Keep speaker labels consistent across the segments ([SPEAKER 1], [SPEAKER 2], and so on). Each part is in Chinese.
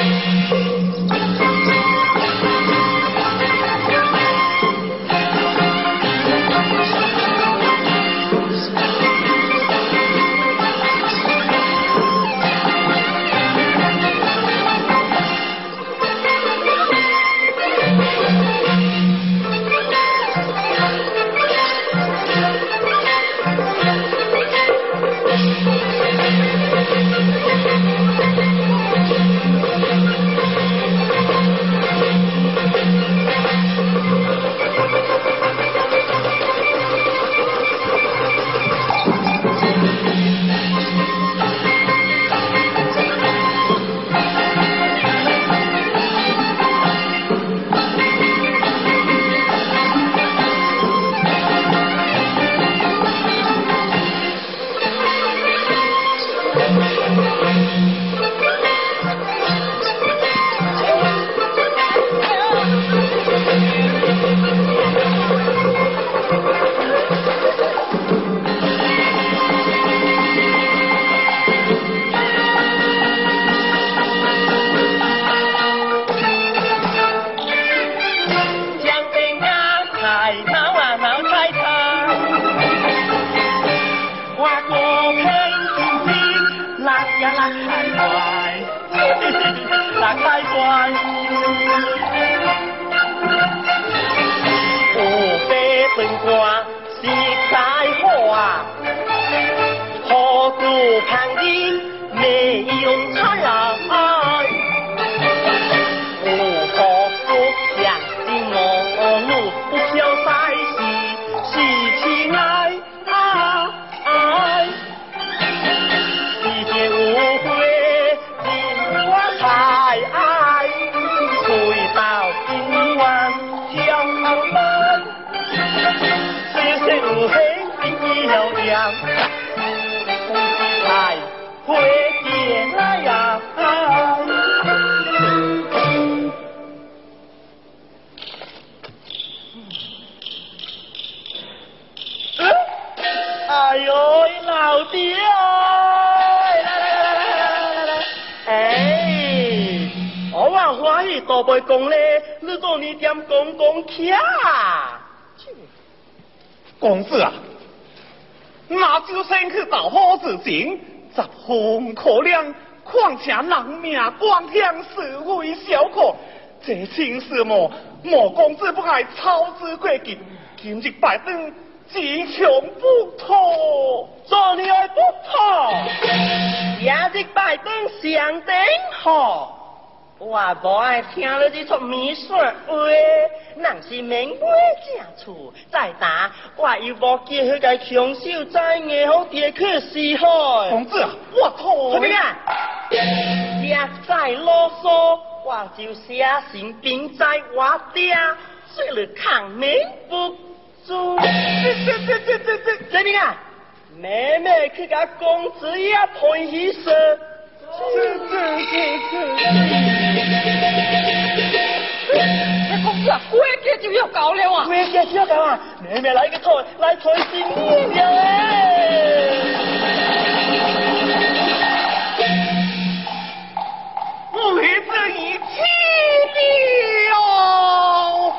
[SPEAKER 1] 公子啊，那就先去导火自尽，十分可怜，况且人命关天，是非小可，这情事莫公子不爱操之过急，今日拜登只想不妥，做你爱不妥，
[SPEAKER 2] 今日拜登上顶好。我无爱听你这出迷说话，若是免买正厝，再打我又无叫迄个强手在硬好跌去死海。
[SPEAKER 1] 公子啊，我妥。
[SPEAKER 2] 什么啊？若再啰嗦，我就写信并在我爹，说了抗命不足。什么啊？妹妹去甲公子也推起说。
[SPEAKER 3] 公子啊，过节就要到了啊！
[SPEAKER 2] 过节就要到啊！妹妹来个推，来推新年了。
[SPEAKER 1] 为这一切了。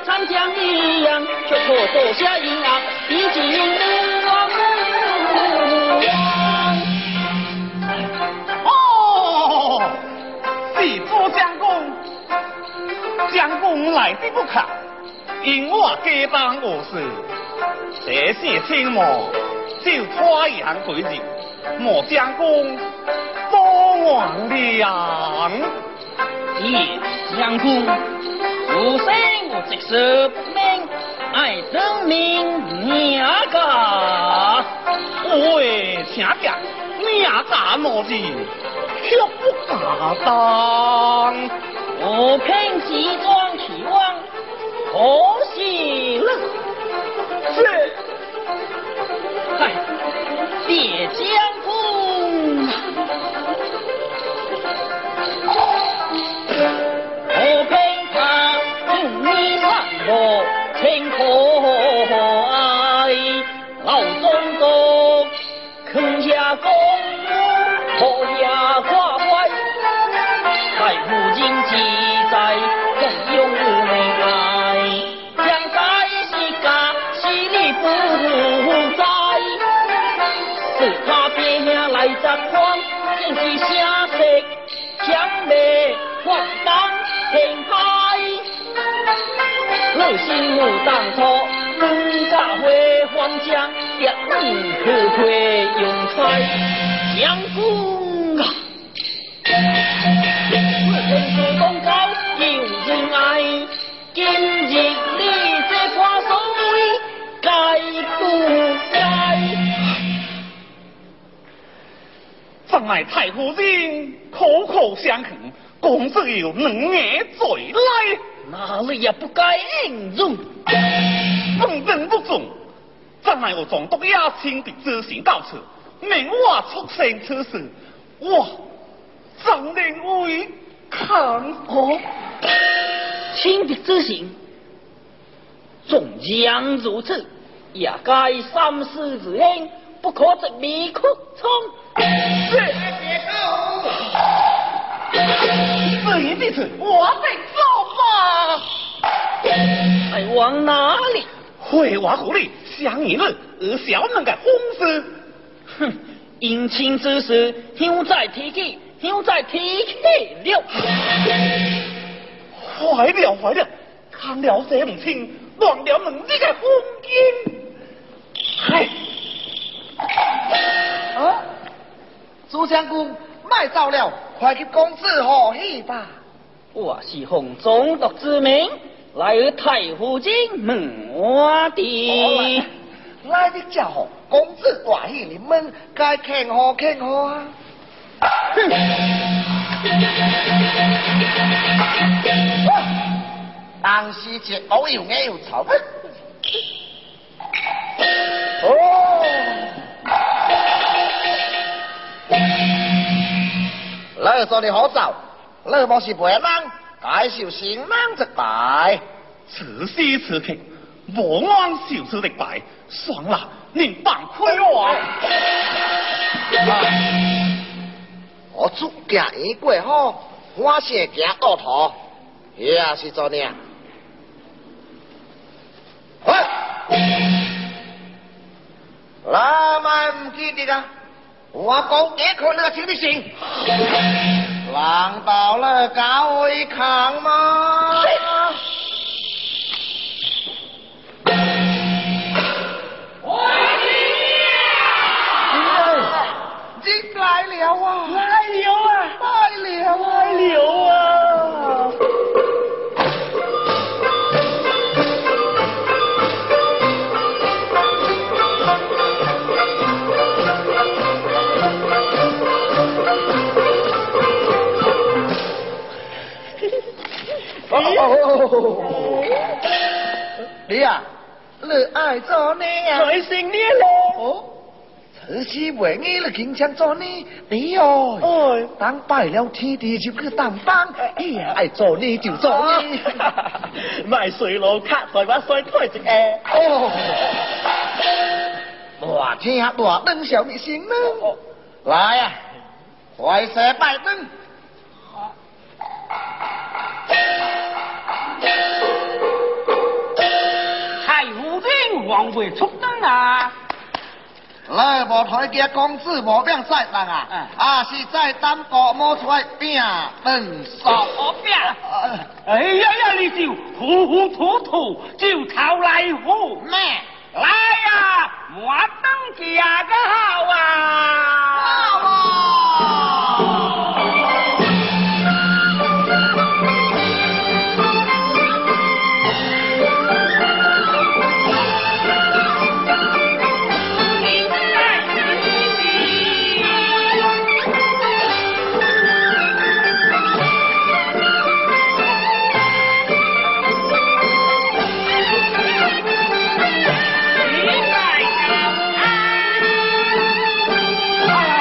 [SPEAKER 2] 长江一样，却可走下阴阳，毕竟王。
[SPEAKER 1] 哦，是朱将军，将军来的不巧，因我家当无事，这些青魔就拖羊归日，莫将军多亡了。
[SPEAKER 2] 叶将军，如生我即是不明，爱证明娘家。
[SPEAKER 1] 喂，请讲，娘家莫字，却不敢当。
[SPEAKER 2] 我凭西装起望，可惜了。
[SPEAKER 1] 是，
[SPEAKER 2] 嗨，别将军。我凭他用你上路，情可爱，老中国坑下公路，破下跨怪，在古今记载，总用内爱，将在西家西里不在，是他别下来杂狂，竟是下色将美荒当平派，热心无当初，人家会荒江，也不可愧用才将军啊！人主公高有人爱，今日你这花所谓该不该？
[SPEAKER 1] 障碍太夫人口口相劝，公子有两眼罪来，
[SPEAKER 2] 哪里也不该应容。
[SPEAKER 1] 本人不忠，障碍我总督也亲笔执行告辞，命我促成此事，我怎能违抗？
[SPEAKER 2] 哦，亲笔执行，纵将如此，也该三思之应，不可执迷哭冲。
[SPEAKER 1] 是，这一辈子我得走吧。
[SPEAKER 2] 还往哪里？
[SPEAKER 1] 回我府里想一日，而小人的风事。
[SPEAKER 2] 哼，姻亲之事，休再提起，休再提起了。
[SPEAKER 1] 坏了坏了，看了这唔清，乱了两日的风景。唉，
[SPEAKER 4] 啊！朱将军，卖走了，快给公子贺喜吧。
[SPEAKER 2] 我是奉总督之命来而太傅京门我的。
[SPEAKER 4] 来的家伙，公子欢喜你们该庆贺庆贺啊！哼！当时这偶有眼有草。哦。你做你好走，你莫是陪人，介绍新人一拜。
[SPEAKER 1] 此时此刻，无安小此的拜，算了，您放开我。
[SPEAKER 4] 我主行已过好，我先行恶徒，也是做呢。那么唔记得啊？我讲几可能请你行，难道了搞会扛吗？你来了啊！来了啊！来了啊！来了啊！你啊，你爱做呢啊？
[SPEAKER 2] 来新年了。
[SPEAKER 4] 哦，此次为你了经常做呢，你哦，
[SPEAKER 2] 哎，
[SPEAKER 4] 当拜了天地就去当班，你爱做呢就做呢。
[SPEAKER 2] 卖水路卡在我水台一下。
[SPEAKER 4] 哦，大天大灯小你行呢？来呀，快些拜灯。
[SPEAKER 2] 会出灯啊！
[SPEAKER 4] 你无台嘅公子无变晒人啊，是在等国母出来拼顿手。
[SPEAKER 2] 我拼！哎呀呀，你就糊糊涂涂就头来虎
[SPEAKER 4] 咩？
[SPEAKER 2] 来呀，满灯家个好啊！
[SPEAKER 4] 好啊！
[SPEAKER 2] 哎